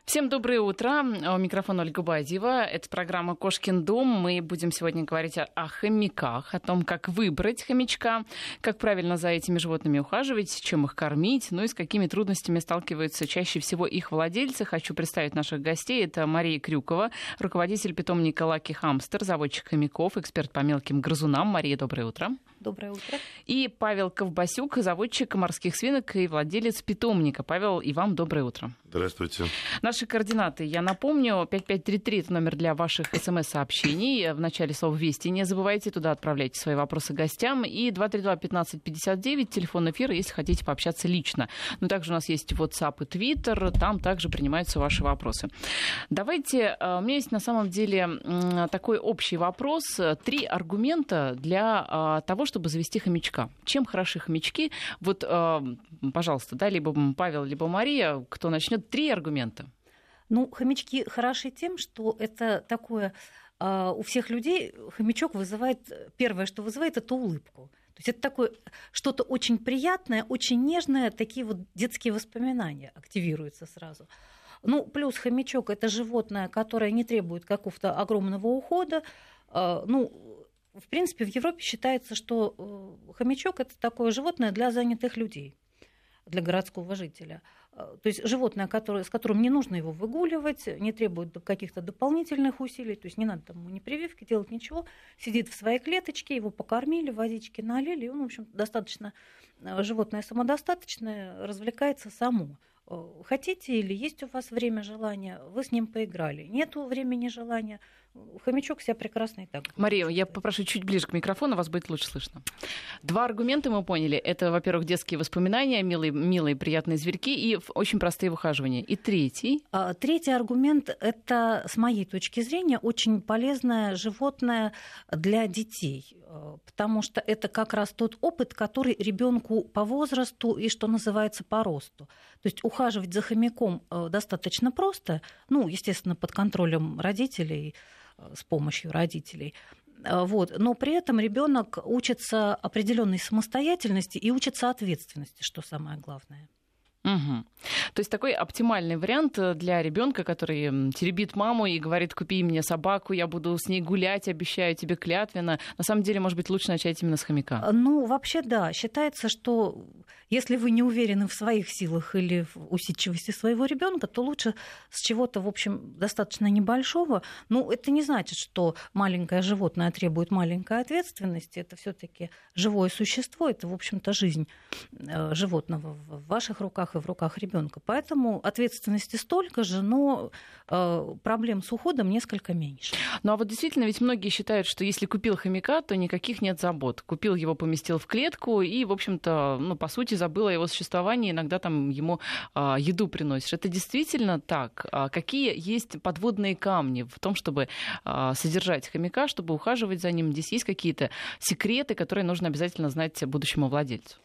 Всем доброе утро. У микрофона Ольга Бадьева. Это программа «Кошкин дом». Мы будем сегодня говорить о хомяках, о том, как выбрать хомячка, как правильно за этими животными ухаживать, чем их кормить, ну и с какими трудностями сталкиваются чаще всего их владельцы. Хочу представить наших гостей. Это Мария Крюкова, руководитель питомника Lucky Hamster, заводчик хомяков, эксперт по мелким грызунам. Мария, доброе утро. Доброе утро. И Павел Ковбасюк, заводчик морских свинок и владелец питомника. Павел, и вам доброе утро. Здравствуйте. Наши координаты, я напомню, 5533 — это номер для ваших смс-сообщений. В начале слова «Вести» не забывайте, туда отправляйте свои вопросы гостям. И 232-1559, телефон эфира, если хотите пообщаться лично. Но также у нас есть WhatsApp и Twitter, там также принимаются ваши вопросы. Давайте, у меня есть на самом деле такой общий вопрос. 3 аргумента для того, чтобы завести хомячка. Чем хороши хомячки? Вот, пожалуйста, да, либо Павел, либо Мария, кто начнет, 3 аргумента. Ну, хомячки хороши тем, что это такое... У всех людей хомячок вызывает... Первое, что вызывает, это улыбку. То есть это такое что-то очень приятное, очень нежное, такие вот детские воспоминания активируются сразу. Ну, плюс хомячок — это животное, которое не требует какого-то огромного ухода. В принципе, в Европе считается, что хомячок — это такое животное для занятых людей, для городского жителя. То есть животное, с которым не нужно его выгуливать, не требует каких-то дополнительных усилий, то есть не надо там ему ни прививки делать, ничего. Сидит в своей клеточке, его покормили, водички налили, и он, в общем, достаточно животное самодостаточное, развлекается само. Хотите или есть у вас время, желание, вы с ним поиграли. Нету времени, желания, хомячок себя прекрасно и так. Мария, я попрошу чуть ближе к микрофону, вас будет лучше слышно. 2 аргумента мы поняли. Это, во-первых, детские воспоминания, милые, приятные зверьки и очень простые в ухаживании. И третий? Третий аргумент – это, с моей точки зрения, очень полезное животное для детей, потому что это как раз тот опыт, который ребенку по возрасту и, что называется, по росту. То есть ухаживать за хомяком достаточно просто, естественно, под контролем родителей, с помощью родителей. Но при этом ребенок учится определенной самостоятельности и учится ответственности, что самое главное. Угу. То есть такой оптимальный вариант для ребенка, который теребит маму и говорит: купи мне собаку, я буду с ней гулять, обещаю тебе клятвенно. На самом деле, может быть, лучше начать именно с хомяка. Вообще, да. Считается, что если вы не уверены в своих силах или в усидчивости своего ребенка, то лучше с чего-то, в общем, достаточно небольшого. Это не значит, что маленькое животное требует маленькой ответственности. Это все-таки живое существо, это, в общем-то, жизнь животного в ваших руках и в руках ребенка. Поэтому ответственности столько же, но проблем с уходом несколько меньше. А вот действительно, ведь многие считают, что если купил хомяка, то никаких нет забот. Купил его, поместил в клетку и, в общем-то, по сути, забыл о его существовании. Иногда там ему еду приносишь. Это действительно так? Какие есть подводные камни в том, чтобы содержать хомяка, чтобы ухаживать за ним? Здесь есть какие-то секреты, которые нужно обязательно знать будущему владельцу?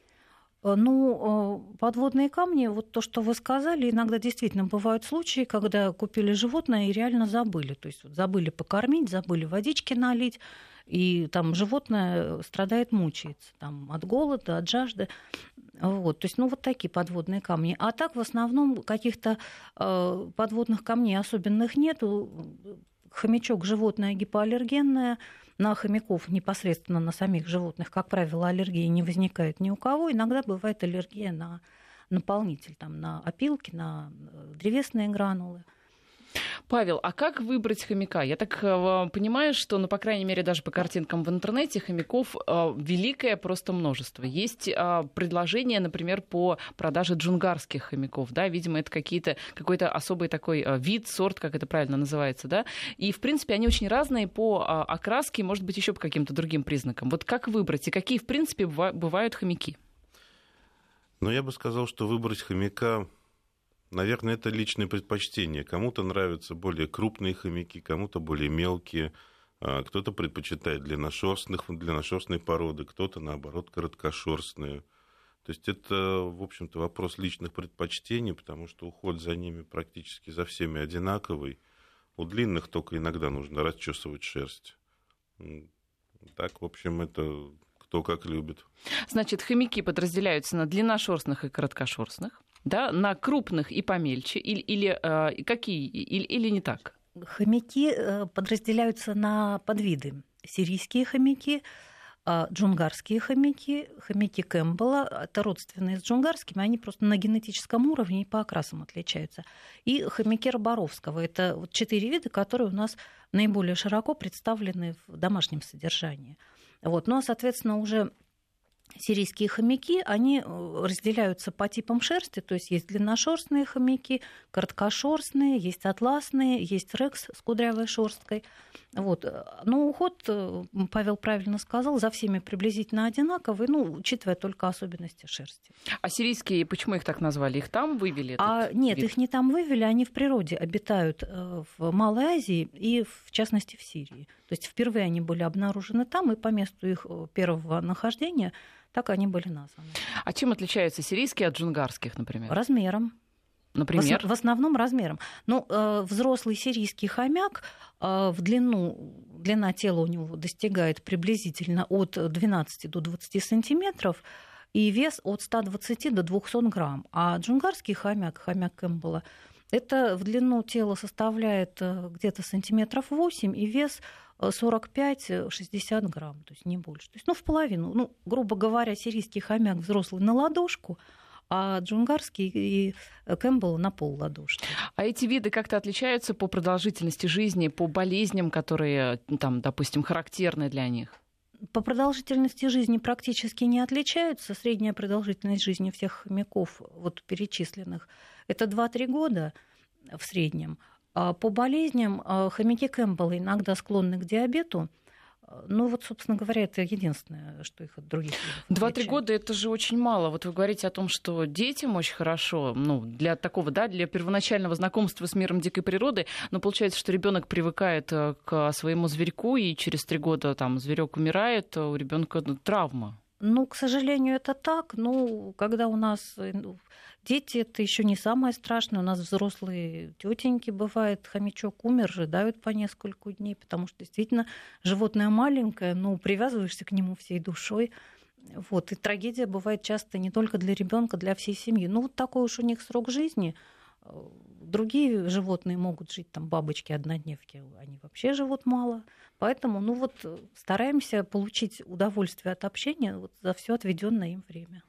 Подводные камни, вот то, что вы сказали, иногда действительно бывают случаи, когда купили животное и реально забыли. То есть забыли покормить, забыли водички налить, и там животное страдает, мучается там, от голода, от жажды. То есть, вот такие подводные камни. А так, в основном, каких-то подводных камней особенных нету. Хомячок — животное гипоаллергенное. На хомяков, непосредственно на самих животных, как правило, аллергии не возникает ни у кого. Иногда бывает аллергия на наполнитель, на опилки, на древесные гранулы. Павел, а как выбрать хомяка? Я так понимаю, что, по крайней мере, даже по картинкам в интернете хомяков великое просто множество. Есть предложения, например, по продаже джунгарских хомяков. Да? Видимо, это какой-то особый такой вид, сорт, как это правильно называется. Да? И, в принципе, они очень разные по окраске, может быть, еще по каким-то другим признакам. Вот как выбрать и какие, в принципе, бывают хомяки? Я бы сказал, что выбрать хомяка... Наверное, это личное предпочтение. Кому-то нравятся более крупные хомяки, кому-то более мелкие. Кто-то предпочитает длинношерстной породы, кто-то, наоборот, короткошерстные. То есть это, в общем-то, вопрос личных предпочтений, потому что уход за ними практически за всеми одинаковый. У длинных только иногда нужно расчесывать шерсть. Так, в общем, это кто как любит. Значит, хомяки подразделяются на длинношерстных и короткошерстных. да, на крупных и помельче, или какие, или не так? Хомяки подразделяются на подвиды. Сирийские хомяки, джунгарские хомяки, хомяки Кэмпбелла, это родственные с джунгарскими, они просто на генетическом уровне и по окрасам отличаются. И хомяки Роборовского, это вот 4 вида, которые у нас наиболее широко представлены в домашнем содержании. Вот. Ну а, соответственно, уже сирийские хомяки, они разделяются по типам шерсти, то есть есть длинношерстные хомяки, короткошерстные, есть атласные, есть рекс с кудрявой шерсткой. Вот. Но уход, Павел правильно сказал, за всеми приблизительно одинаковый, учитывая только особенности шерсти. А сирийские, почему их так назвали? Их там вывели? Нет, вид? Их не там вывели, они в природе обитают в Малой Азии и, в частности, в Сирии. То есть впервые они были обнаружены там, и по месту их первого нахождения так они были названы. А чем отличаются сирийские от джунгарских, например? Размером. Например? В основном размером. Взрослый сирийский хомяк длина тела у него достигает приблизительно от 12 до 20 сантиметров, и вес от 120 до 200 грамм. А джунгарский хомяк Кэмпбелла, это в длину тела составляет где-то сантиметров 8, и вес 45-60 грамм, то есть не больше. То есть, в половину. Грубо говоря, сирийский хомяк взрослый на ладошку, а джунгарский и Кэмпбелл на пол-ладошки. А эти виды как-то отличаются по продолжительности жизни, по болезням, которые, там, допустим, характерны для них? По продолжительности жизни практически не отличаются. Средняя продолжительность жизни всех хомяков, перечисленных, это 2-3 года в среднем. А по болезням хомяки Кэмпбелла иногда склонны к диабету. Собственно говоря, это единственное, что их от других видов 2-3 года — это же очень мало. Вы говорите о том, что детям очень хорошо, для такого, для первоначального знакомства с миром дикой природы, но получается, что ребенок привыкает к своему зверьку, и через 3 года зверек умирает, у ребенка травма. К сожалению, это так. Когда у нас дети, это еще не самое страшное. У нас взрослые тетеньки, бывает, хомячок умер, рыдают по несколько дней, потому что действительно животное маленькое, привязываешься к нему всей душой. И трагедия бывает часто не только для ребенка, для всей семьи. Такой уж у них срок жизни. Другие животные могут жить, бабочки, однодневки, они вообще живут мало. Поэтому, стараемся получить удовольствие от общения за все отведенное им время.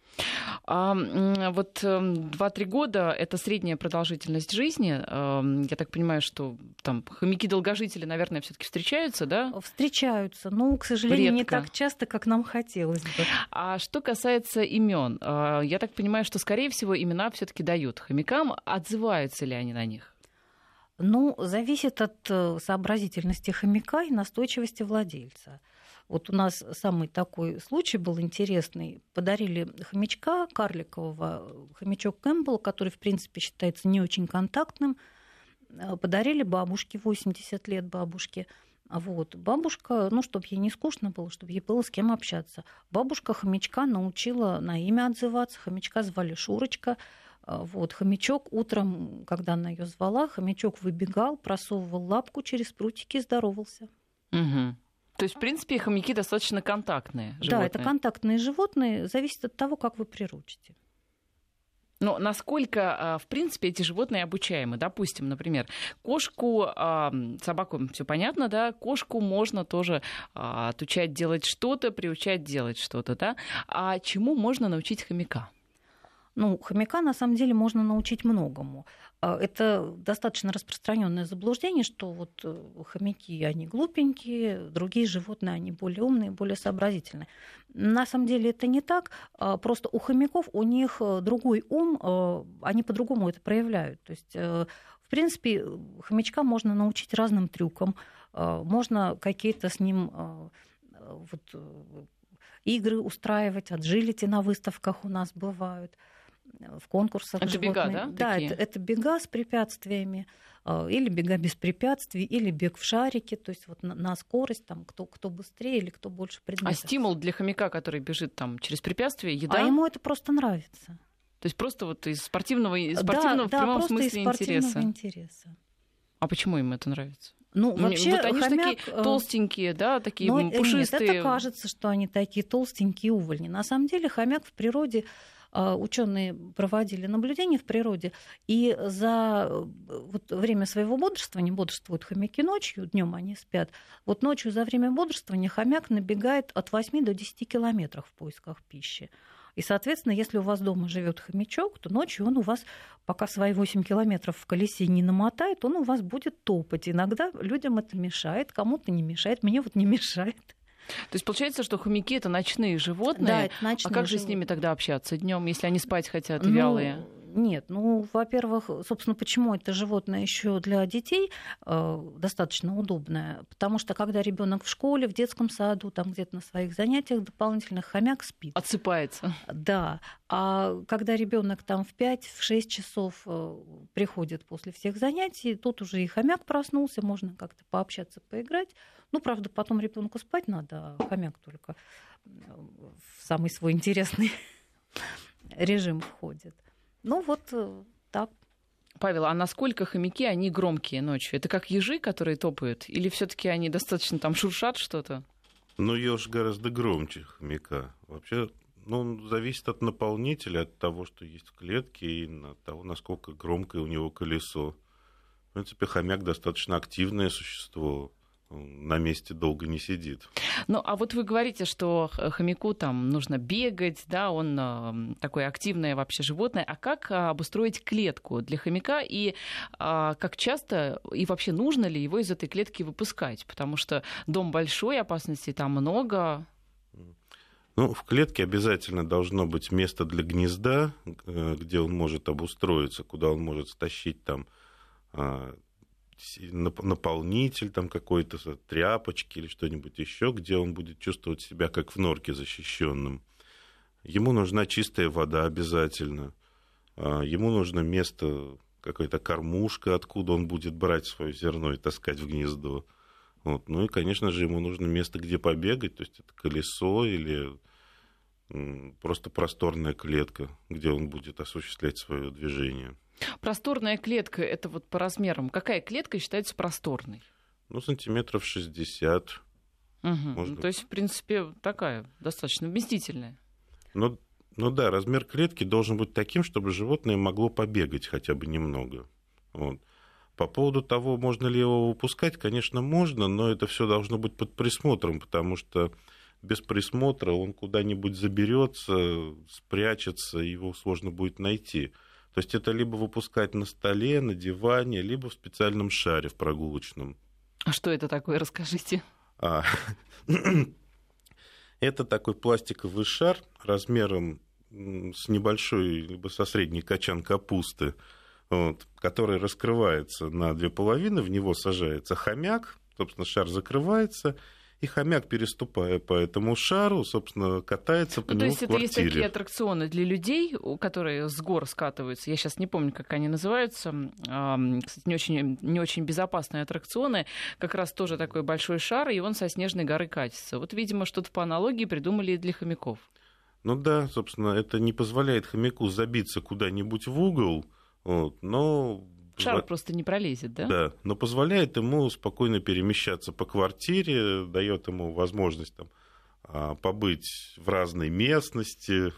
2-3 года — это средняя продолжительность жизни. Я так понимаю, что хомяки-долгожители, наверное, все-таки встречаются, да? Встречаются, но, к сожалению, редко. Не так часто, как нам хотелось бы. А что касается имен, я так понимаю, что, скорее всего, имена все-таки дают хомякам. Отзываются ли они на них? Зависит от сообразительности хомяка и настойчивости владельца. У нас самый такой случай был интересный. Подарили хомячка карликового, хомячок Кэмпбелл, который, в принципе, считается не очень контактным. Подарили бабушке, 80 лет бабушке. Бабушка, чтобы ей не скучно было, чтобы ей было с кем общаться. Бабушка хомячка научила на имя отзываться. Хомячка звали Шурочка. Хомячок утром, когда она ее звала, хомячок выбегал, просовывал лапку через прутики и здоровался. Угу. То есть, в принципе, хомяки достаточно контактные животные. Да, это контактные животные, зависит от того, как вы приручите. Но насколько, в принципе, эти животные обучаемы? Допустим, например, кошку, собаку, все понятно, да, кошку можно тоже отучать делать что-то, приучать делать что-то, да? А чему можно научить хомяка? Хомяка, на самом деле, можно научить многому. Это достаточно распространенное заблуждение, что хомяки, они глупенькие, другие животные, они более умные, более сообразительные. На самом деле это не так. Просто у хомяков, у них другой ум, они по-другому это проявляют. То есть, в принципе, хомячка можно научить разным трюкам, можно какие-то с ним игры устраивать, аджилити на выставках у нас бывают. В конкурсах это животные. Бега, да? Да, это бега с препятствиями, или бега без препятствий, или бег в шарике, то есть на скорость, кто быстрее или кто больше предметов. А стимул для хомяка, который бежит через препятствия, еда? А ему это просто нравится. То есть просто из спортивного в прямом смысле интереса. А почему им это нравится? Вообще, они хомяк... же такие толстенькие, да, такие пушистые. Нет, это кажется, что они такие толстенькие увольни. На самом деле хомяк в природе ученые проводили наблюдения в природе, и за время своего бодрствования, бодрствуют хомяки ночью, днем они спят, вот ночью за время бодрствования хомяк набегает от 8 до 10 километров в поисках пищи. И, соответственно, если у вас дома живет хомячок, то ночью он у вас, пока свои 8 километров в колесе не намотает, он у вас будет топать. Иногда людям это мешает, кому-то не мешает, мне вот не мешает. То есть получается, что хомяки — это ночные животные. Да, это ночные а как же животные. с ними тогда общаться днем, если они спать хотят вялые? Нет, во-первых, собственно, почему это животное еще для детей достаточно удобное? Потому что когда ребенок в школе, в детском саду, там где-то на своих занятиях дополнительных, хомяк спит. Отсыпается. Да. А когда ребенок там в 5-6 часов приходит после всех занятий, тут уже и хомяк проснулся, можно как-то пообщаться, поиграть. Правда, потом ребенку спать надо, а хомяк только в самый свой интересный режим входит. Так. Павел, а насколько хомяки, они громкие ночью? Это как ежи, которые топают? Или все-таки они достаточно там шуршат что-то? Еж гораздо громче хомяка. Вообще, зависит от наполнителя, от того, что есть в клетке, и от того, насколько громкое у него колесо. В принципе, хомяк достаточно активное существо. На месте долго не сидит. А вот вы говорите, что хомяку там нужно бегать, да, он такое активное вообще животное. А как обустроить клетку для хомяка и как часто и вообще нужно ли его из этой клетки выпускать? Потому что дом большой, опасностей там много. В клетке обязательно должно быть место для гнезда, где он может обустроиться, куда он может стащить там наполнитель там какой-то, тряпочки или что-нибудь еще, где он будет чувствовать себя как в норке защищенным. Ему нужна чистая вода обязательно. Ему нужно место, какая-то кормушка, откуда он будет брать свое зерно и таскать в гнездо. И, конечно же, ему нужно место, где побегать, то есть это колесо или просто просторная клетка, где он будет осуществлять свое движение. Просторная клетка — это вот по размерам. Какая клетка считается просторной? Сантиметров 60. Угу. То есть, в принципе, такая достаточно вместительная. Да, размер клетки должен быть таким, чтобы животное могло побегать хотя бы немного. По поводу того, можно ли его выпускать, конечно, можно, но это все должно быть под присмотром, потому что без присмотра он куда-нибудь заберется, спрячется, его сложно будет найти. То есть это либо выпускать на столе, на диване, либо в специальном шаре, в прогулочном. А что это такое, расскажите? Это такой пластиковый шар размером с небольшой, либо со средней качан капусты, который раскрывается на две половины, в него сажается хомяк, собственно, шар закрывается, и хомяк, переступая по этому шару, собственно, катается по нему в квартире. То есть это есть такие аттракционы для людей, которые с гор скатываются. Я сейчас не помню, как они называются. Кстати, не очень безопасные аттракционы. Как раз тоже такой большой шар, и он со снежной горы катится. Видимо, что-то по аналогии придумали и для хомяков. Да, собственно, это не позволяет хомяку забиться куда-нибудь в угол, но... Шар просто не пролезет, да? Да, но позволяет ему спокойно перемещаться по квартире, дает ему возможность побыть в разной местности.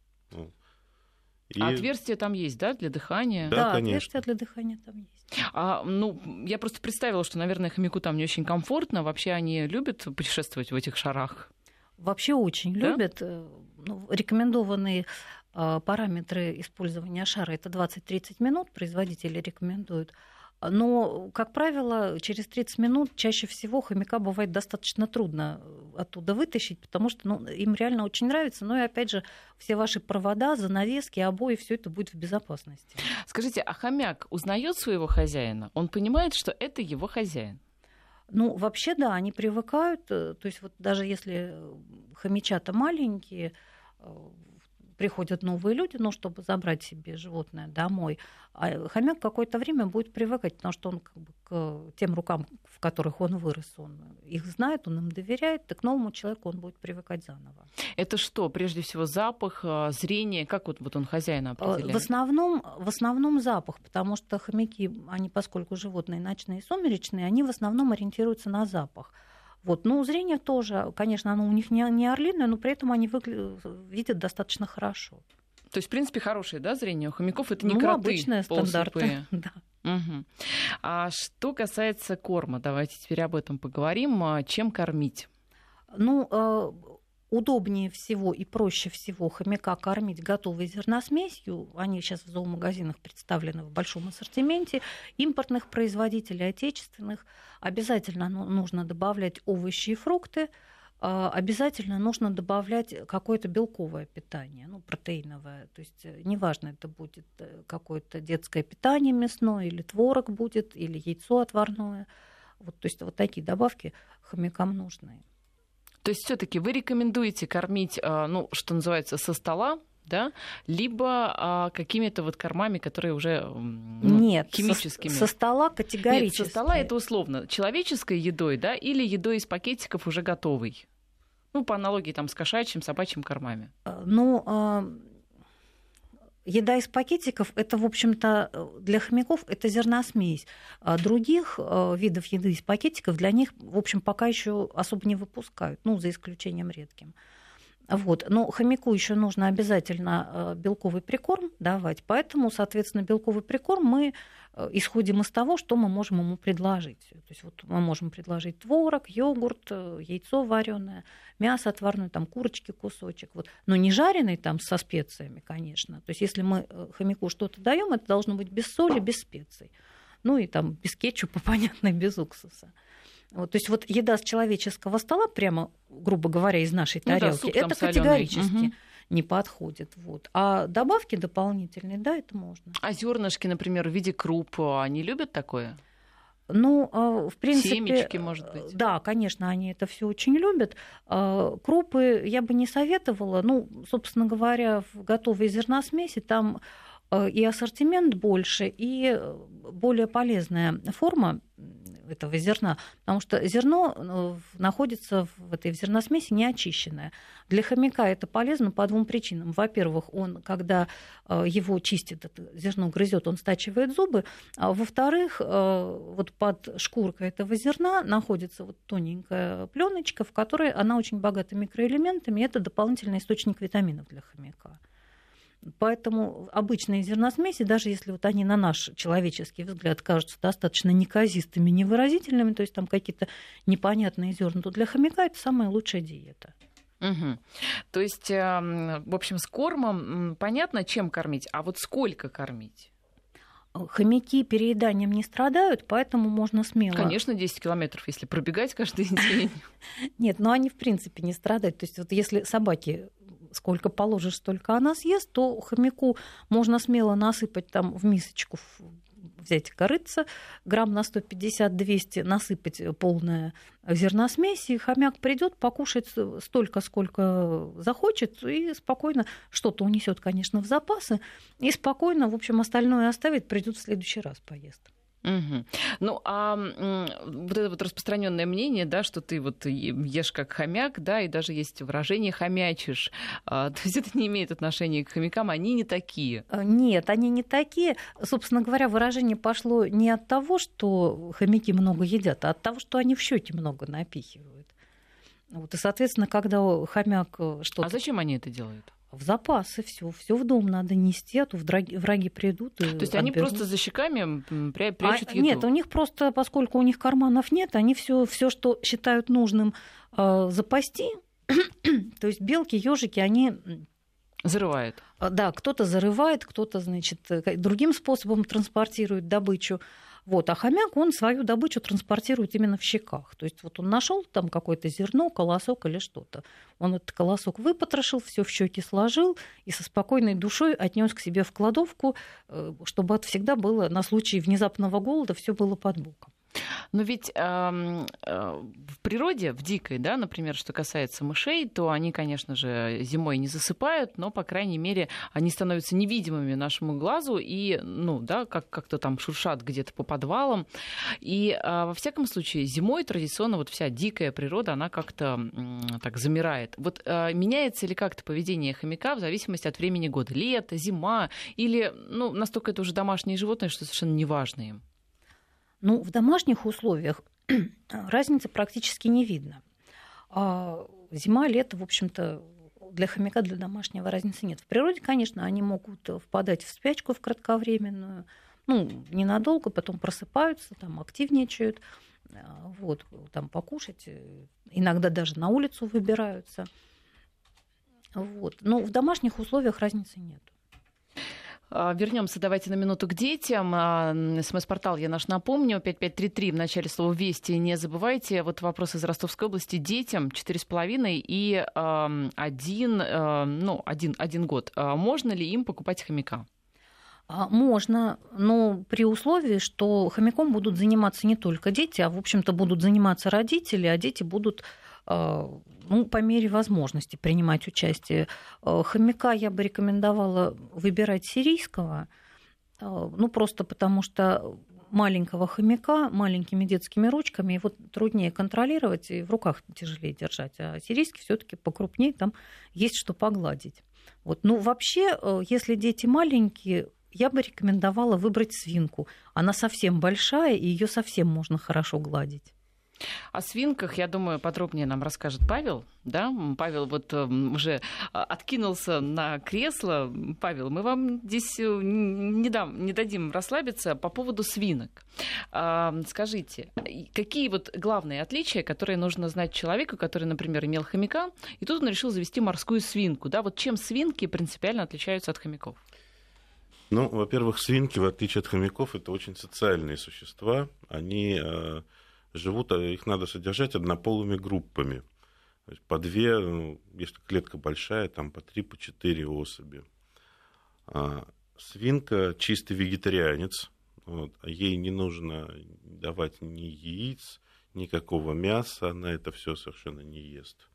А отверстие там есть, да, для дыхания? Да, конечно. Отверстие для дыхания там есть. Я просто представила, что, наверное, хомяку там не очень комфортно. Вообще они любят путешествовать в этих шарах? Вообще очень любят. Рекомендованные параметры использования шара — это 20-30 минут, производители рекомендуют. Но, как правило, через 30 минут чаще всего хомяка бывает достаточно трудно оттуда вытащить, потому что им реально очень нравится. И опять же, все ваши провода, занавески, обои, все это будет в безопасности. Скажите, а хомяк узнает своего хозяина? Он понимает, что это его хозяин? Вообще, да, они привыкают. То есть даже если хомячата маленькие, приходят новые люди, чтобы забрать себе животное домой, а хомяк какое-то время будет привыкать, потому что он к тем рукам, в которых он вырос, он их знает, он им доверяет, и к новому человеку он будет привыкать заново. Это что, прежде всего, запах, зрение? Как он хозяина определяет? В основном запах, потому что хомяки, они, поскольку животные ночные и сумеречные, они в основном ориентируются на запах. Зрение тоже, конечно, оно у них не орлиное, но при этом они видят достаточно хорошо. То есть, в принципе, хорошее, да, зрение у хомяков? Это не ну, кроты обычное, стандартное. полуслепые. Да. Угу. А что касается корма, давайте теперь об этом поговорим. Чем кормить? Ну, удобнее всего и проще всего хомяка кормить готовой зерносмесью. Они сейчас в зоомагазинах представлены в большом ассортименте. Импортных производителей, отечественных. Обязательно нужно добавлять овощи и фрукты. Обязательно нужно добавлять какое-то белковое питание, ну, протеиновое. То есть неважно, это будет какое-то детское питание мясное, или творог будет, или яйцо отварное. Вот, то есть вот такие добавки хомякам нужны. То есть все-таки вы рекомендуете кормить, ну, что называется, со стола, да, либо какими-то вот кормами, которые уже Нет, химическими? Со стола категорически. Нет, со стола это условно человеческой едой, да, или едой из пакетиков уже готовой? Ну, по аналогии там с кошачьим, собачьим кормами. Ну, еда из пакетиков, это, в общем-то, для хомяков это зерносмесь. А других видов еды из пакетиков для них, в общем, пока еще особо не выпускают, ну, за исключением редким. Вот. Но хомяку еще нужно обязательно белковый прикорм давать, поэтому, соответственно, белковый прикорм мы исходим из того, что мы можем ему предложить. То есть вот мы можем предложить творог, йогурт, яйцо вареное, мясо отварное, там курочки кусочек. Вот. Но не жареный там со специями, конечно. То есть если мы хомяку что-то даем, это должно быть без соли, без специй. Ну и там без кетчупа, понятно, без уксуса. Вот, то есть вот еда с человеческого стола, прямо, грубо говоря, из нашей тарелки, суп, это категорически не подходит. Вот. А добавки дополнительные, да, это можно. А зернышки, например, в виде круп, они любят такое? Ну, в принципе... Семечки, может быть? Да, конечно, они это все очень любят. Крупы я бы не советовала. Ну, собственно говоря, в готовой зерносмеси там и ассортимент больше, и более полезная форма этого зерна, потому что зерно находится в этой зерносмеси неочищенное. Для хомяка это полезно по двум причинам. Во-первых, он, когда его чистит, это зерно грызет, он стачивает зубы. А во-вторых, вот под шкуркой этого зерна находится вот тоненькая пленочка, в которой она очень богата микроэлементами, и это дополнительный источник витаминов для хомяка. Поэтому обычные зерносмеси, даже если вот они на наш человеческий взгляд кажутся достаточно неказистыми, невыразительными, то есть там какие-то непонятные зерна, то для хомяка это самая лучшая диета. Угу. То есть, в общем, с кормом понятно, чем кормить, а вот сколько кормить? Хомяки перееданием не страдают, поэтому можно смело... Конечно, 10 километров, если пробегать каждый день. Нет, но они в принципе не страдают. То есть вот если собаке сколько положишь, столько она съест, то хомяку можно смело насыпать там в мисочку, взять корыца, грамм на 150-200, насыпать полное зерносмесь, и хомяк придет покушать столько, сколько захочет, и спокойно что-то унесет, конечно, в запасы, и спокойно, в общем, остальное оставит, придет в следующий раз поест. Угу. Ну, а вот это вот распространенное мнение, да, что ты вот ешь как хомяк, да, и даже есть выражение «хомячишь», то есть это не имеет отношения к хомякам, они не такие. Нет, они не такие. Собственно говоря, выражение пошло не от того, что хомяки много едят, а от того, что они в щеки много напихивают. Вот, и, соответственно, когда хомяк что-то... А зачем они это делают? В запасы все в дом надо нести, а то враги придут и То есть отберут. они просто за щеками прячут еду? Нет, у них просто, поскольку у них карманов нет, они все, что считают нужным запасти, то есть белки, ежики, они... Зарывают. Да, кто-то зарывает, кто-то, значит, другим способом транспортирует добычу. Вот, а хомяк, он свою добычу транспортирует именно в щеках. То есть вот он нашел там какое-то зерно, колосок или что-то. Он этот колосок выпотрошил, все в щеки сложил и со спокойной душой отнес к себе в кладовку, чтобы это всегда было на случай внезапного голода, все было под боком. Но ведь в природе, в дикой, да, например, что касается мышей, то они, конечно же, зимой не засыпают, но, по крайней мере, они становятся невидимыми нашему глазу и, ну, да, как-то там шуршат где-то по подвалам. И, во всяком случае, зимой традиционно вот вся дикая природа, она как-то так замирает. Вот меняется ли как-то поведение хомяка в зависимости от времени года? Лето, зима или, ну, настолько это уже домашние животные, что совершенно неважно им? Ну, в домашних условиях разницы практически не видно. Зима, лето, в общем-то, для хомяка, для домашнего разницы нет. В природе, конечно, они могут впадать в спячку в кратковременную, ненадолго, потом просыпаются, там активничают, вот, там покушать, иногда даже на улицу выбираются. Вот. Но в домашних условиях разницы нет. Вернемся, давайте на минуту к детям. СМС-портал я наш напомню, 5533 в начале слова «Вести». Не забывайте, вот вопрос из Ростовской области. Детям 4,5 и 1 год. Можно ли им покупать хомяка? Можно, но при условии, что хомяком будут заниматься не только дети, а, в общем-то, будут заниматься родители, а дети будут по мере возможности принимать участие. Хомяка я бы рекомендовала выбирать сирийского, просто потому что маленького хомяка маленькими детскими ручками его труднее контролировать и в руках тяжелее держать, а сирийский все-таки покрупнее, там есть что погладить. Вот. Вообще, если дети маленькие, я бы рекомендовала выбрать свинку. Она совсем большая, и ее совсем можно хорошо гладить. О свинках, я думаю, подробнее нам расскажет Павел. Да? Павел уже откинулся на кресло. Павел, мы вам здесь не дадим расслабиться по поводу свинок. Скажите, какие главные отличия, которые нужно знать человеку, который, например, имел хомяка, и тут он решил завести морскую свинку? Да? Чем свинки принципиально отличаются от хомяков? Во-первых, свинки, в отличие от хомяков, это очень социальные существа. Они живут, их надо содержать однополыми группами. То есть по 2, если клетка большая, там по 3, по 4 особи. Свинка чистый вегетарианец. Ей не нужно давать ни яиц, никакого мяса, она это все совершенно не ест.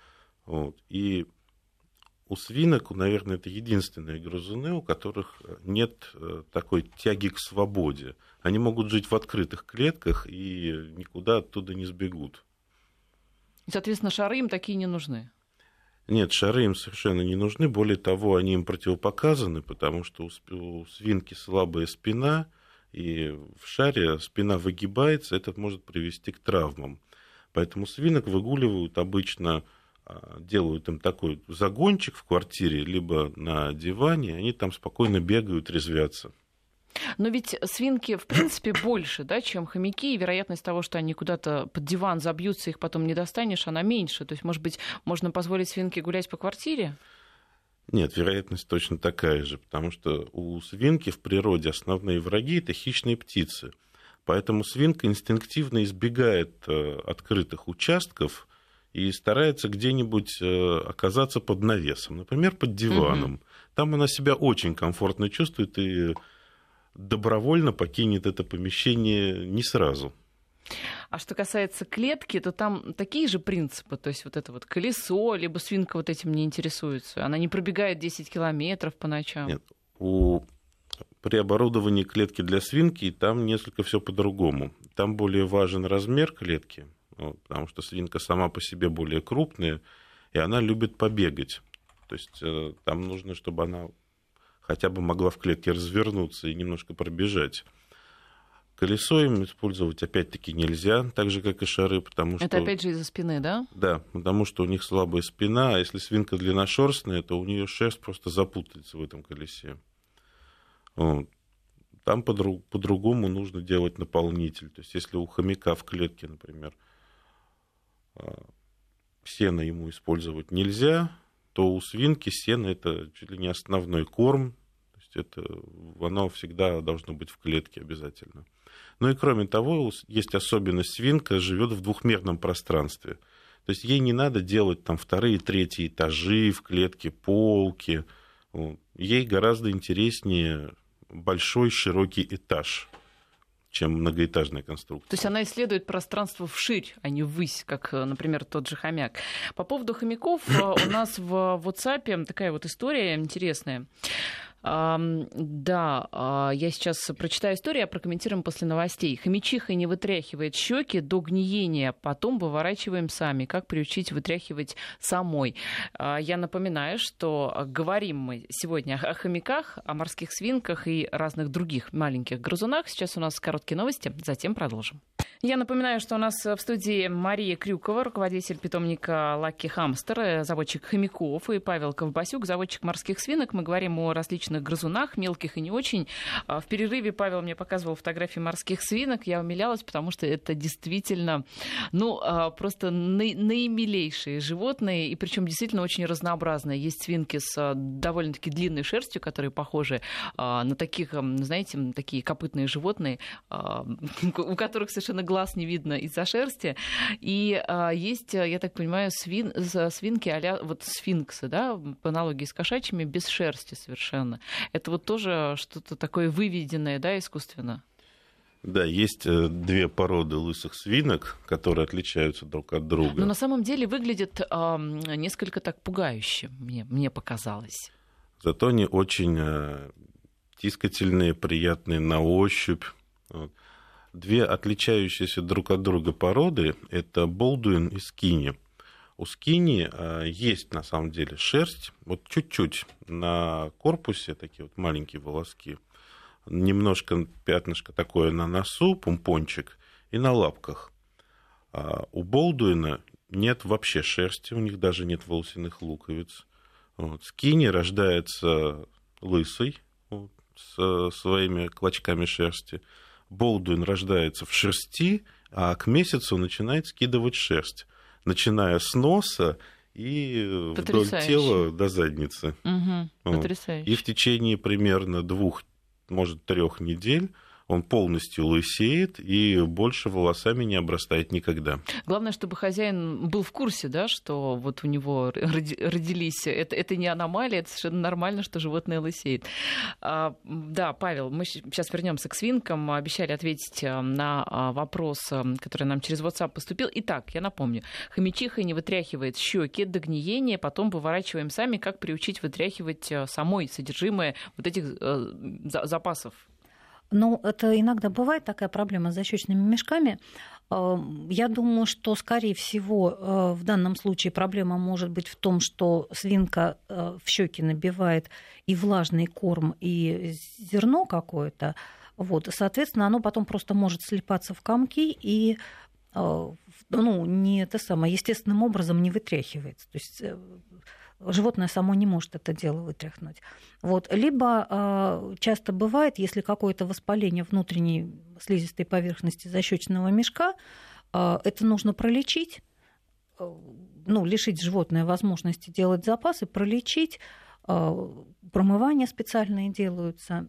И у свинок, наверное, это единственные грызуны, у которых нет такой тяги к свободе. Они могут жить в открытых клетках и никуда оттуда не сбегут. И, соответственно, шары им такие не нужны? Нет, шары им совершенно не нужны. Более того, они им противопоказаны, потому что у свинки слабая спина, и в шаре спина выгибается, это может привести к травмам. Поэтому свинок выгуливают обычно, делают им такой загончик в квартире, либо на диване, они там спокойно бегают, резвятся. Но ведь свинки, в принципе, больше, да, чем хомяки, и вероятность того, что они куда-то под диван забьются, их потом не достанешь, она меньше. То есть, может быть, можно позволить свинке гулять по квартире? Нет, вероятность точно такая же, потому что у свинки в природе основные враги – это хищные птицы. Поэтому свинка инстинктивно избегает открытых участков и старается где-нибудь оказаться под навесом, например, под диваном. Там она себя очень комфортно чувствует и добровольно покинет это помещение не сразу. А что касается клетки, то там такие же принципы, то есть это колесо, либо свинка этим не интересуется, она не пробегает 10 километров по ночам. Нет, при оборудовании клетки для свинки там несколько все по-другому. Там более важен размер клетки, потому что свинка сама по себе более крупная, и она любит побегать. То есть там нужно, чтобы она хотя бы могла в клетке развернуться и немножко пробежать. Колесо им использовать опять-таки нельзя, так же, как и шары, потому что... Это опять же из-за спины, да? Да, потому что у них слабая спина, а если свинка длинношерстная, то у нее шерсть просто запутается в этом колесе. Там по-другому нужно делать наполнитель. То есть если у хомяка в клетке, например, сено ему использовать нельзя, то у свинки сено это чуть ли не основной корм. То есть оно всегда должно быть в клетке обязательно. Ну и кроме того, есть особенность: свинка живет в двухмерном пространстве. То есть ей не надо делать там 2-й, 3-й этажи в клетке, полки. Ей гораздо интереснее большой широкий этаж, чем многоэтажная конструкция. То есть она исследует пространство вширь, а не ввысь, как, например, тот же хомяк. По поводу хомяков у нас в WhatsApp такая история интересная. Да, я сейчас прочитаю историю, а прокомментируем после новостей. Хомячиха не вытряхивает щеки до гниения, потом выворачиваем сами. Как приучить вытряхивать самой? Я напоминаю, что говорим мы сегодня о хомяках, о морских свинках и разных других маленьких грызунах. Сейчас у нас короткие новости, затем продолжим. Я напоминаю, что у нас в студии Мария Крюкова, руководитель питомника Lucky Hamster, заводчик хомяков, и Павел Ковбасюк, заводчик морских свинок. Мы говорим о различных грызунах, мелких и не очень. В перерыве Павел мне показывал фотографии морских свинок. Я умилялась, потому что это действительно, просто наимилейшие животные, и причем действительно очень разнообразные. Есть свинки с довольно-таки длинной шерстью, которые похожи на таких, знаете, такие копытные животные, у которых совершенно глаз не видно из-за шерсти. И есть, я так понимаю, свинки а-ля вот сфинксы, да, по аналогии с кошачьими, без шерсти совершенно. Это вот тоже что-то такое выведенное, да, искусственно? Да, есть две породы лысых свинок, которые отличаются друг от друга. Но на самом деле выглядят несколько так пугающе, мне показалось. Зато они очень тискательные, приятные на ощупь. Две отличающиеся друг от друга породы – это Болдуин и Скини. У Скини есть, на самом деле, шерсть, вот чуть-чуть на корпусе, такие вот маленькие волоски, немножко пятнышко такое на носу, помпончик, и на лапках. У Болдуина нет вообще шерсти, у них даже нет волосяных луковиц. Скини рождается лысый, с своими клочками шерсти. Болдуин рождается в шерсти, а к месяцу начинает скидывать шерсть, начиная с носа и вдоль тела до задницы. Потрясающе. И в течение примерно 2, может, 3 недель он полностью лысеет и больше волосами не обрастает никогда. Главное, чтобы хозяин был в курсе, да, что вот у него родились... Это не аномалия, это совершенно нормально, что животное лысеет. Да, Павел, мы сейчас вернемся к свинкам. Обещали ответить на вопрос, который нам через WhatsApp поступил. Итак, я напомню. Хомячиха не вытряхивает щеки до гниения, потом выворачиваем сами, как приучить вытряхивать самой содержимое вот этих запасов. Ну, это иногда бывает такая проблема с защечными мешками. Я думаю, что, скорее всего, в данном случае проблема может быть в том, что свинка в щеки набивает и влажный корм, и зерно какое-то. Вот. Соответственно, оно потом просто может слипаться в комки и естественным образом не вытряхивается. То есть животное само не может это дело вытряхнуть. Вот. Либо часто бывает, если какое-то воспаление внутренней слизистой поверхности защечного мешка, это нужно пролечить, лишить животное возможности делать запасы, пролечить, промывания специальные делаются.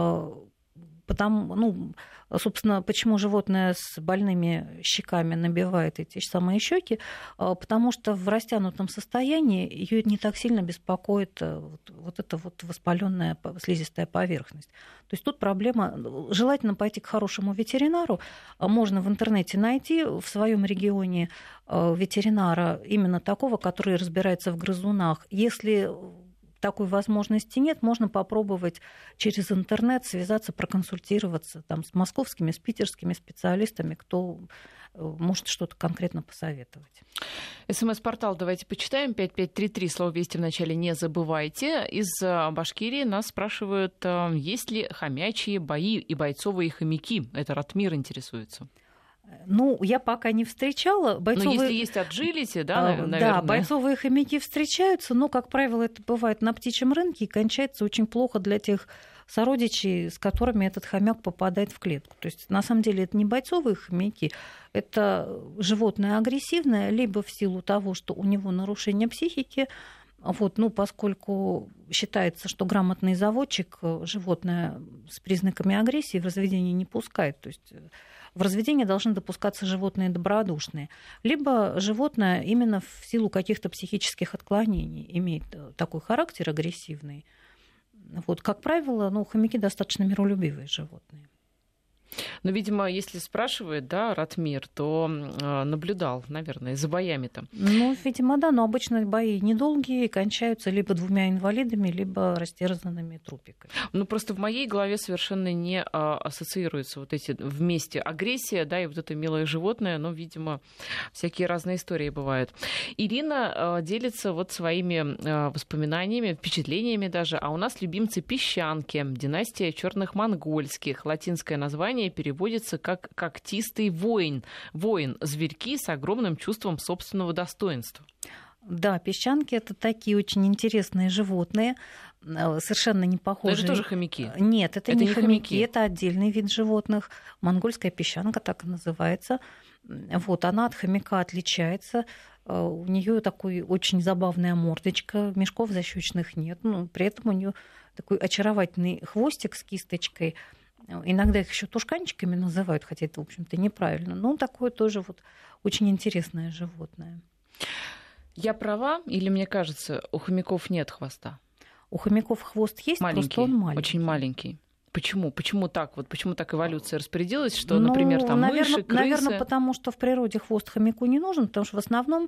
Собственно, почему животное с больными щеками набивает эти самые щеки? Потому что в растянутом состоянии ее не так сильно беспокоит вот эта вот воспаленная слизистая поверхность. То есть тут проблема. Желательно пойти к хорошему ветеринару. Можно в интернете найти в своем регионе ветеринара именно такого, который разбирается в грызунах. Если такой возможности нет, можно попробовать через интернет связаться, проконсультироваться там, с московскими, с питерскими специалистами, кто может что-то конкретно посоветовать. СМС-портал давайте почитаем. 5533, слово «Вести» в начале не забывайте. Из Башкирии нас спрашивают, есть ли хомячьи бои и бойцовые хомяки. Это Ратмир интересуется. Я пока не встречала. Но если есть отжилите, да, наверное. Да, бойцовые хомяки встречаются, но, как правило, это бывает на птичьем рынке и кончается очень плохо для тех сородичей, с которыми этот хомяк попадает в клетку. То есть, на самом деле, это не бойцовые хомяки, это животное агрессивное, либо в силу того, что у него нарушение психики, поскольку считается, что грамотный заводчик животное с признаками агрессии в разведение не пускает. То есть в разведение должны допускаться животные добродушные. Либо животное именно в силу каких-то психических отклонений имеет такой характер агрессивный. Как правило, хомяки достаточно миролюбивые животные. Но, видимо, если спрашивает, да, Ратмир, то наблюдал, наверное, за боями-то. Видимо, да, но обычно бои недолгие, кончаются либо 2 инвалидами, либо растерзанными трупиками. Просто в моей голове совершенно не ассоциируются вот эти вместе агрессия, да, и вот это милое животное, но, видимо, всякие разные истории бывают. Ирина делится вот своими воспоминаниями, впечатлениями даже, а у нас любимцы песчанки, династия черных монгольских, латинское название название переводится как «когтистый воин». Воин — зверьки с огромным чувством собственного достоинства. Да, песчанки — это такие очень интересные животные, совершенно не похожие. Но это тоже хомяки? Нет, это не хомяки, это отдельный вид животных. Монгольская песчанка так и называется. Вот, она от хомяка отличается. У нее такой очень забавная мордочка, мешков защечных нет. Но при этом у нее такой очаровательный хвостик с кисточкой. Иногда их еще тушканчиками называют, хотя это, в общем-то, неправильно. Но такое тоже вот очень интересное животное. Я права, или мне кажется, у хомяков нет хвоста? У хомяков хвост есть, маленький, просто он маленький. Очень маленький. Почему? Почему так? Вот почему так эволюция распорядилась, что, например, там мыши, крысы... Наверное, потому что в природе хвост хомяку не нужен, потому что в основном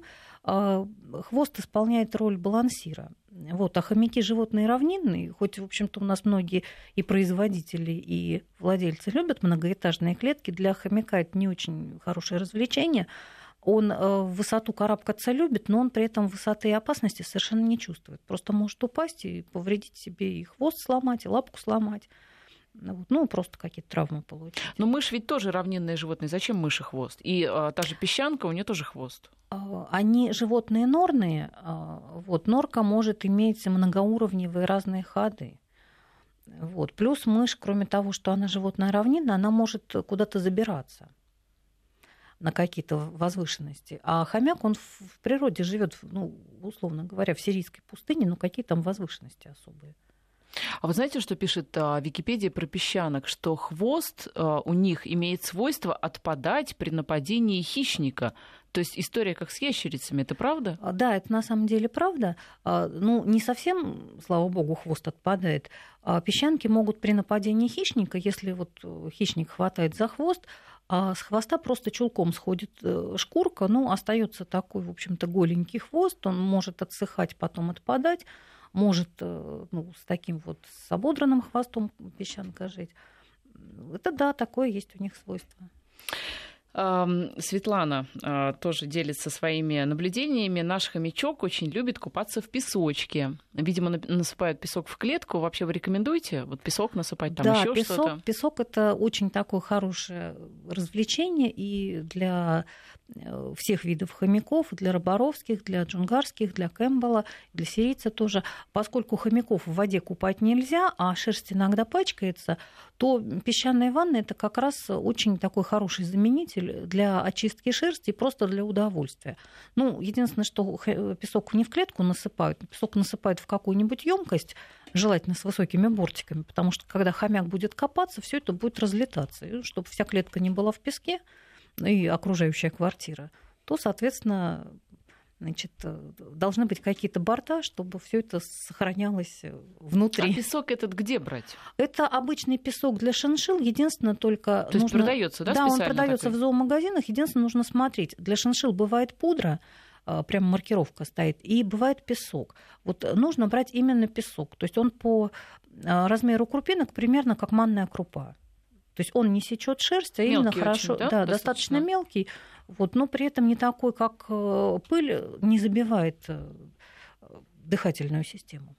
хвост исполняет роль балансира. Вот. А хомяки животные равнинные, хоть, в общем-то, у нас многие и производители, и владельцы любят многоэтажные клетки, для хомяка это не очень хорошее развлечение. Он в высоту карабкаться любит, но он при этом высоты и опасности совершенно не чувствует. Просто может упасть и повредить себе и хвост сломать, и лапку сломать. Ну, просто какие-то травмы получить. Но мышь ведь тоже равнинное животное. Зачем мыши хвост? И та же песчанка, у нее тоже хвост. Они животные норные. Вот, норка может иметь многоуровневые разные ходы. Вот. Плюс мышь, кроме того, что она животное равнинное, она может куда-то забираться на какие-то возвышенности. А хомяк, он в природе живет, ну, условно говоря, в сирийской пустыне, но какие там возвышенности особые. А вы знаете, что пишет Википедия про песчанок? Что хвост у них имеет свойство отпадать при нападении хищника. То есть история как с ящерицами, это правда? Да, это на самом деле правда. Ну, не совсем, слава богу, хвост отпадает. Песчанки могут при нападении хищника, если вот хищник хватает за хвост, а с хвоста просто чулком сходит шкурка, ну, остается такой, в общем-то, голенький хвост, он может отсыхать, потом отпадать, может, ну, с таким вот с ободранным хвостом песчанка жить. Это да, такое есть у них свойство. Светлана тоже делится своими наблюдениями. Наш хомячок очень любит купаться в песочке. Видимо, насыпают песок в клетку. Вообще вы рекомендуете вот песок насыпать, там еще что-то? Песок — это очень такое хорошее развлечение и для всех видов хомяков, для роборовских, для джунгарских, для кэмпбелла, для сирийца тоже. Поскольку хомяков в воде купать нельзя, а шерсть иногда пачкается, то песчаная ванна — это как раз очень такой хороший заменитель для очистки шерсти и просто для удовольствия. Ну, единственное, что песок не в клетку насыпают, песок насыпают в какую-нибудь емкость, желательно с высокими бортиками, потому что когда хомяк будет копаться, все это будет разлетаться. И чтобы вся клетка не была в песке, и окружающая квартира, то, соответственно, значит, должны быть какие-то борта, чтобы все это сохранялось внутри. А песок этот где брать? Это обычный песок для шиншилл. Единственное, только то есть продается, да, да, он продается такой? В зоомагазинах. Единственное, нужно смотреть. Для шиншилл бывает пудра, прям маркировка стоит, и бывает песок. Вот нужно брать именно песок. То есть он по размеру крупинок примерно как манная крупа. То есть он не сечет шерсть, а именно хорошо, очень, да, достаточно мелкий, вот, но при этом не такой, как пыль, не забивает дыхательную систему.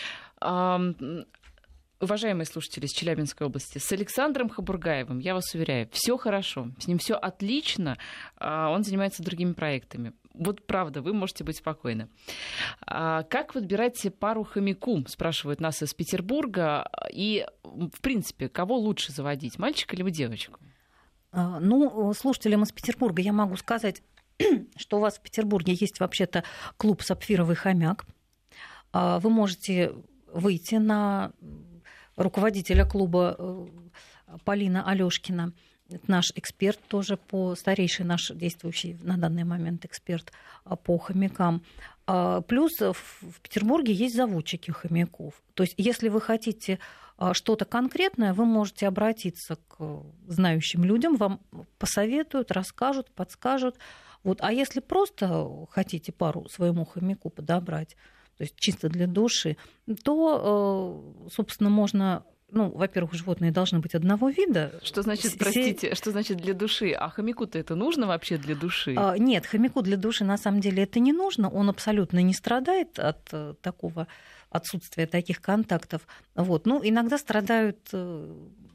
Уважаемые слушатели из Челябинской области, с Александром Хабургаевым, я вас уверяю, все хорошо, с ним все отлично, он занимается другими проектами. Вот правда, вы можете быть спокойны. Как выбирать пару хомяку, спрашивают нас из Петербурга, и, в принципе, кого лучше заводить, мальчика или девочку? Ну, слушателям из Петербурга я могу сказать, что у вас в Петербурге есть вообще-то клуб «Сапфировый хомяк». Вы можете выйти на руководителя клуба Полина Алёшкина. Это наш эксперт тоже старейший наш действующий на данный момент эксперт по хомякам. Плюс в Петербурге есть заводчики хомяков. То есть если вы хотите что-то конкретное, вы можете обратиться к знающим людям, вам посоветуют, расскажут, подскажут. Вот. А если просто хотите пару своему хомяку подобрать, то есть чисто для души, то, собственно, можно... Ну, во-первых, животные должны быть одного вида. Что значит, простите, что значит для души? А хомяку-то это нужно вообще для души? Нет, хомяку для души на самом деле это не нужно. Он абсолютно не страдает от такого отсутствия таких контактов. Вот. Ну, иногда страдают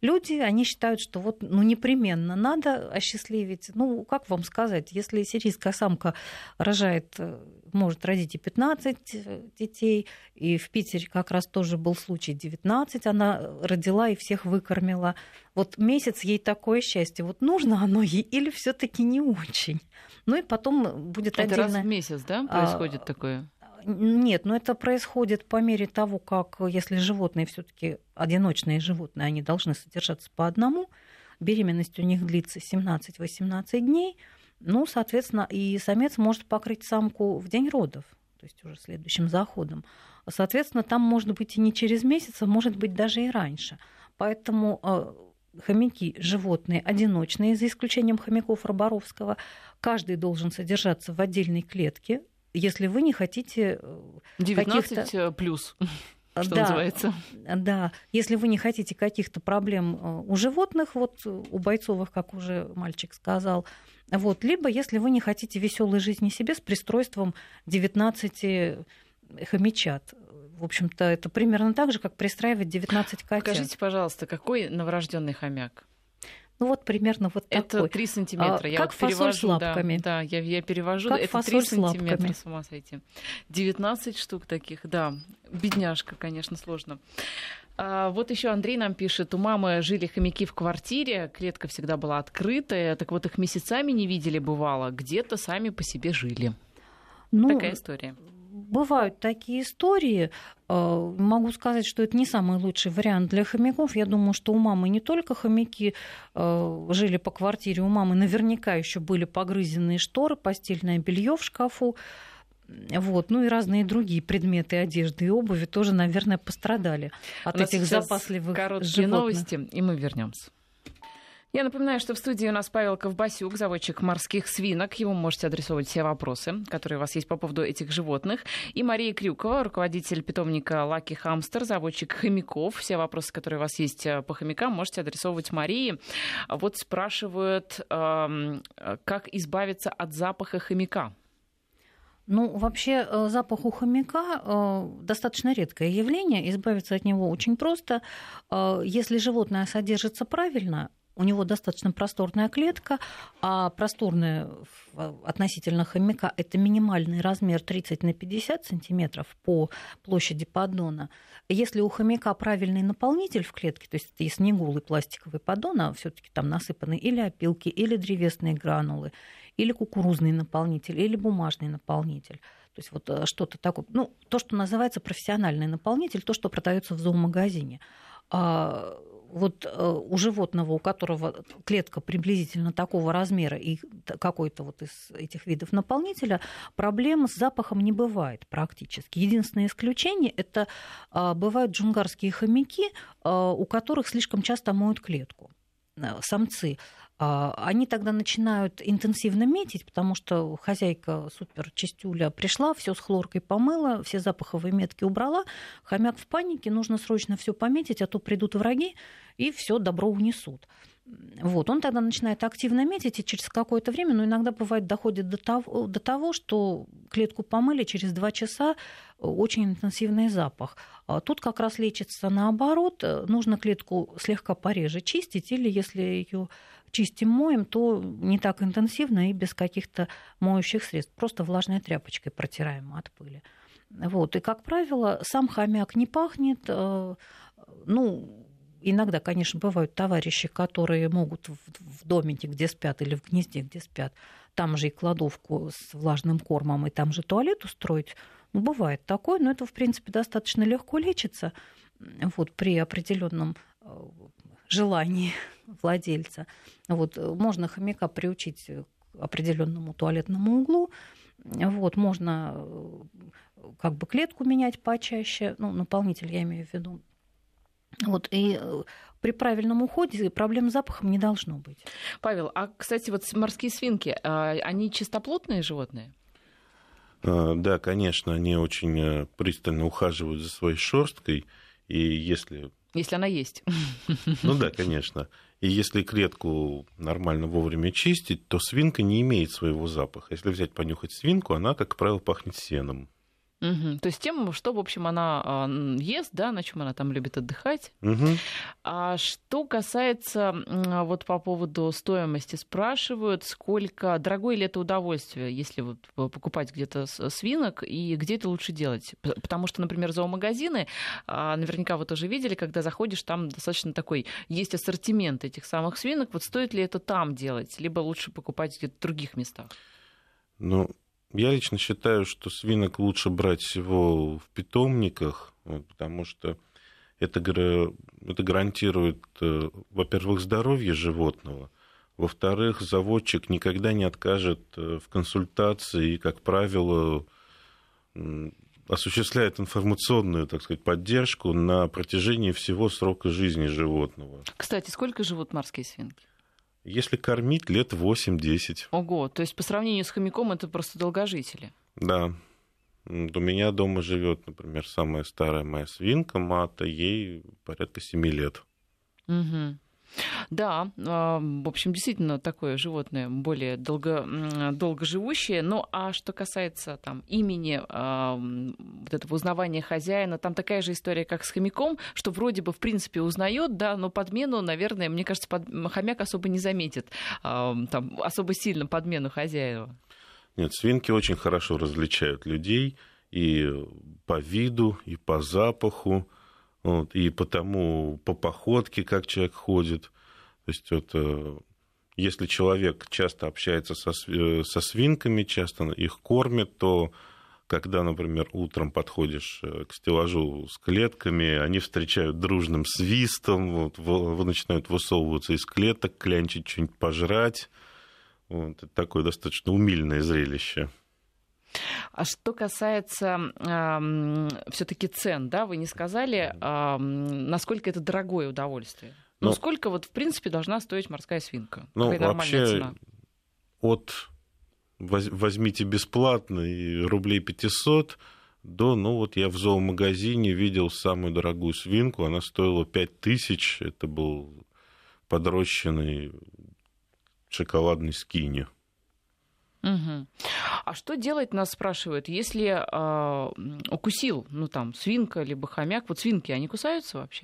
люди, они считают, что вот, непременно надо осчастливить. Как вам сказать, если сирийская самка рожает, может родить и 15 детей, и в Питере как раз тоже был случай 19, она родила и всех выкормила. Вот месяц ей такое счастье. Вот нужно оно ей или все-таки не очень? И потом будет это отдельно... раз в месяц, да, происходит такое? Нет, это происходит по мере того, как, если животные все-таки одиночные животные, они должны содержаться по одному, беременность у них длится 17-18 дней, соответственно, и самец может покрыть самку в день родов, то есть уже следующим заходом. Соответственно, там может быть и не через месяц, а может быть даже и раньше. Поэтому хомяки, животные одиночные, за исключением хомяков Роборовского, каждый должен содержаться в отдельной клетке, если вы не хотите 19 плюс, что называется. Да, если вы не хотите каких-то проблем у животных, вот у бойцовых, как уже мальчик сказал, либо если вы не хотите веселой жизни себе с пристройством 19 хомячат. В общем-то, это примерно так же, как пристраивать 19 котят. Скажите, пожалуйста, какой новорожденный хомяк? Примерно вот это такой. 3 сантиметра. Я как фасоль с лапками. Да, я перевожу. Как это 3 сантиметра, с ума сойти. 19 штук таких, да. Бедняжка, конечно, сложно. Вот еще Андрей нам пишет, у мамы жили хомяки в квартире, клетка всегда была открытая, так вот их месяцами не видели, бывало, где-то сами по себе жили. Такая история. Бывают такие истории. Могу сказать, что это не самый лучший вариант для хомяков. Я думаю, что у мамы не только хомяки жили по квартире, у мамы наверняка еще были погрызенные шторы, постельное белье в шкафу. И разные другие предметы одежды и обуви тоже, наверное, пострадали от этих запасливых короткие животных. Новости, и мы вернемся. Я напоминаю, что в студии у нас Павел Ковбасюк, заводчик морских свинок. Ему можете адресовать все вопросы, которые у вас есть по поводу этих животных. И Мария Крюкова, руководитель питомника Lucky Hamster, заводчик хомяков. Все вопросы, которые у вас есть по хомякам, можете адресовывать Марии. Вот спрашивают, как избавиться от запаха хомяка. Вообще запах у хомяка достаточно редкое явление. Избавиться от него очень просто. Если животное содержится правильно, у него достаточно просторная клетка, а просторная относительно хомяка – это минимальный размер 30 на 50 сантиметров по площади поддона. Если у хомяка правильный наполнитель в клетке, то есть если не голый пластиковый поддон, а всё-таки там насыпаны или опилки, или древесные гранулы, или кукурузный наполнитель, или бумажный наполнитель. То есть что-то такое, то, что называется профессиональный наполнитель, то, что продается в зоомагазине. У животного, у которого клетка приблизительно такого размера и какой-то из этих видов наполнителя, проблем с запахом не бывает практически. Единственное исключение – это бывают джунгарские хомяки, у которых слишком часто моют клетку. Самцы. Они тогда начинают интенсивно метить, потому что хозяйка супер-чистюля пришла, все с хлоркой помыла, все запаховые метки убрала. Хомяк в панике, нужно срочно все пометить, а то придут враги и все добро унесут. Он тогда начинает активно метить, и через какое-то время, иногда бывает, доходит до того, что клетку помыли, через 2 часа очень интенсивный запах. Тут как раз лечится наоборот, нужно клетку слегка пореже чистить, или если ее чистим, моем, то не так интенсивно и без каких-то моющих средств, просто влажной тряпочкой протираем от пыли. И, как правило, сам хомяк не пахнет, иногда, конечно, бывают товарищи, которые могут в домике, где спят, или в гнезде, где спят, там же и кладовку с влажным кормом, и там же туалет устроить. Бывает такое, но это, в принципе, достаточно легко лечится при определенном желании владельца. Можно хомяка приучить к определенному туалетному углу. Можно клетку менять почаще, наполнитель я имею в виду. И при правильном уходе проблем с запахом не должно быть. Павел, кстати, морские свинки, они чистоплотные животные? Да, конечно, они очень пристально ухаживают за своей шерсткой, и если она есть. Да, конечно. И если клетку нормально вовремя чистить, то свинка не имеет своего запаха. Если взять понюхать свинку, она, как правило, пахнет сеном. Мгм. То есть тем, что, в общем, она ест, да, на чем она там любит отдыхать. Мгм. А что касается, вот по поводу стоимости, спрашивают, сколько, дорогое ли это удовольствие, если вот покупать где-то свинок, и где это лучше делать? Потому что, например, зоомагазины, наверняка вы тоже видели, когда заходишь, там достаточно такой, есть ассортимент этих самых свинок, вот стоит ли это там делать, либо лучше покупать где-то в других местах? Ну, я лично считаю, что свинок лучше брать всего в питомниках, вот, потому что это гарантирует, во-первых, здоровье животного, во-вторых, заводчик никогда не откажет в консультации и, как правило, осуществляет информационную, так сказать, поддержку на протяжении всего срока жизни животного. Кстати, сколько живут морские свинки? Если кормить, лет 8-10. Ого, то есть по сравнению с хомяком это просто долгожители. Да. У меня дома живет, например, самая старая моя свинка Мата, ей порядка 7 лет. Угу. Да, в общем, действительно такое животное более долгоживущее. Ну, а что касается там имени, вот этого узнавания хозяина, там такая же история, как с хомяком, что вроде бы, в принципе, узнает, да, но подмену, наверное, мне кажется, хомяк особо не заметит, там, особо сильно подмену хозяева. Нет, свинки очень хорошо различают людей и по виду, и по запаху. Вот, и потому по походке, как человек ходит. То есть это, если человек часто общается со свинками, часто их кормит, то когда, например, утром подходишь к стеллажу с клетками, они встречают дружным свистом, вот, начинают высовываться из клеток, клянчить что-нибудь пожрать. Вот, это такое достаточно умильное зрелище. А что касается все-таки цен, да, вы не сказали, насколько это дорогое удовольствие. Ну, сколько вот, в принципе, должна стоить морская свинка? Ну, какая нормальная цена? Возьмите бесплатно и рублей 500 до, ну вот я в зоомагазине видел самую дорогую свинку, она стоила 5000, это был подрощенный шоколадный скини. Угу. А что делать, нас спрашивают, если укусил, ну там, свинка либо хомяк, вот свинки, они кусаются вообще?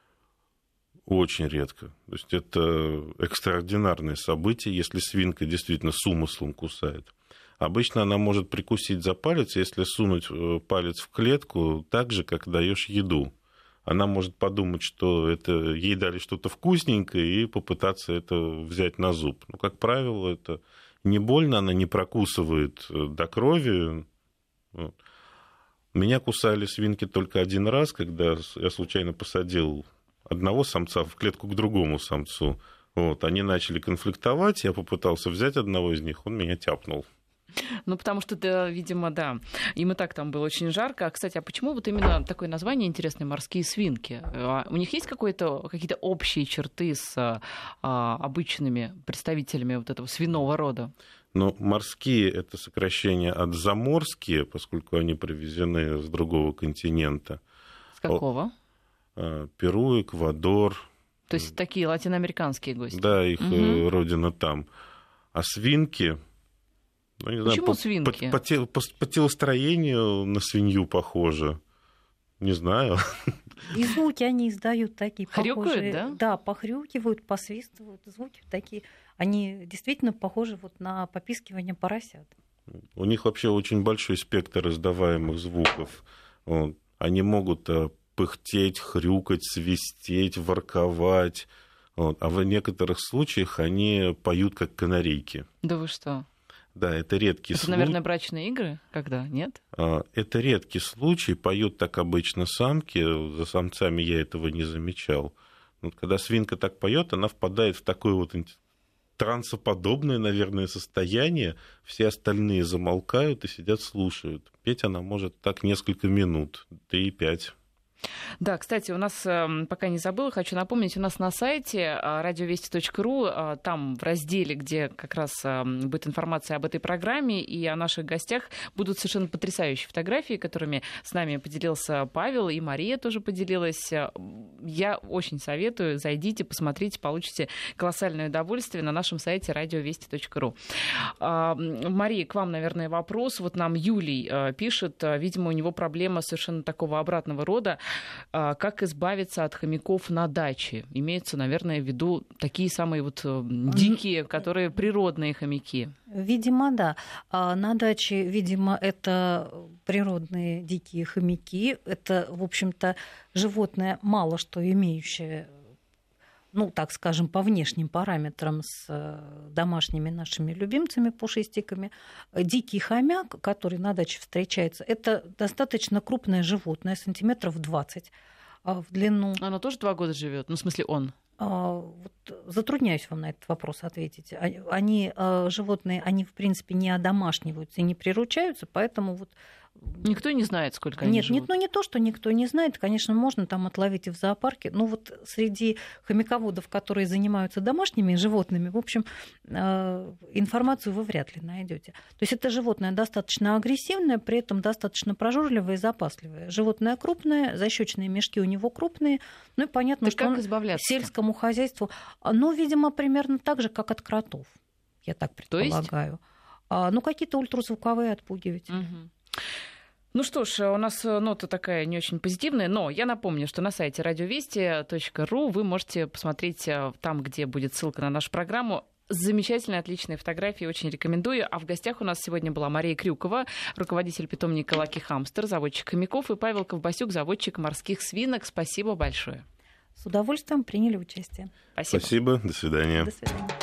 Очень редко. То есть это экстраординарное событие, если свинка действительно с умыслом кусает. Обычно она может прикусить за палец, если сунуть палец в клетку так же, как даешь еду. Она может подумать, что это ей дали что-то вкусненькое, и попытаться это взять на зуб. Но, как правило, это не больно, она не прокусывает до крови. Вот. Меня кусали свинки только один раз, когда я случайно посадил одного самца в клетку к другому самцу. Вот. Они начали конфликтовать, я попытался взять одного из них, он меня тяпнул. Ну, потому что, да, видимо, да, им и так там было очень жарко. А, кстати, а почему вот именно такое название интересное «морские свинки»? У них есть какие-то общие черты с обычными представителями вот этого свиного рода? Но морские – это сокращение от заморские, поскольку они привезены с другого континента. С какого? Перу, Эквадор. То есть такие латиноамериканские гости? Да, их родина там. А свинки... Ну, не Почему знаю, свинки? По телостроению на свинью похоже. Не знаю. И звуки они издают такие похожие. Хрюкают, да? Да, похрюкивают, посвистывают. Звуки такие. Они действительно похожи вот на попискивание поросят. У них вообще очень большой спектр издаваемых звуков. Вот. Они могут пыхтеть, хрюкать, свистеть, ворковать. Вот. А в некоторых случаях они поют как канарейки. Да вы что? Да, это редкий случай. Это, наверное, брачные игры? Когда? Нет? Это редкий случай. Поют так обычно самки. За самцами я этого не замечал. Вот когда свинка так поет, она впадает в такое вот трансоподобное, наверное, состояние. Все остальные замолкают и сидят, слушают. Петь она может так несколько минут, 3-5. Да, кстати, у нас, пока не забыла, хочу напомнить, у нас на сайте radiovesti.ru, там в разделе, где как раз будет информация об этой программе и о наших гостях, будут совершенно потрясающие фотографии, которыми с нами поделился Павел, и Мария тоже поделилась. Я очень советую, зайдите, посмотрите, получите колоссальное удовольствие на нашем сайте radiovesti.ru. Мария, к вам, наверное, вопрос. Вот нам Юлий пишет, видимо, у него проблема совершенно такого обратного рода. Как избавиться от хомяков на даче? Имеются, наверное, в виду такие самые вот дикие, которые природные хомяки. Видимо, да. На даче, видимо, это природные дикие хомяки. Это, в общем-то, животное, мало что имеющее, ну, так скажем, по внешним параметрам с домашними нашими любимцами, пушистиками. Дикий хомяк, который на даче встречается, это достаточно крупное животное, сантиметров 20 в длину. Оно тоже 2 года живет? Ну, в смысле, он? Вот, затрудняюсь вам на этот вопрос ответить. Они, животные, они, в принципе, не одомашниваются и не приручаются, поэтому вот... Никто не знает, сколько они живут. Нет, ну не то, что никто не знает. Конечно, можно там отловить и в зоопарке. Но вот среди хомяководов, которые занимаются домашними животными, в общем, информацию вы вряд ли найдете. То есть это животное достаточно агрессивное, при этом достаточно прожорливое и запасливое. Животное крупное, защечные мешки у него крупные. Ну и понятно, так что как избавляться? Сельскому хозяйству, ну, видимо, примерно так же, как от кротов. Я так предполагаю. Ну, какие-то ультразвуковые отпугивать. Угу. Ну что ж, у нас нота такая не очень позитивная, но я напомню, что на сайте radiovesti.ru вы можете посмотреть там, где будет ссылка на нашу программу. Замечательные, отличные фотографии, очень рекомендую. А в гостях у нас сегодня была Мария Крюкова, руководитель питомника Lucky Hamster, заводчик хомяков, и Павел Ковбасюк, заводчик морских свинок. Спасибо большое. С удовольствием приняли участие. Спасибо. Спасибо, до свидания. До свидания.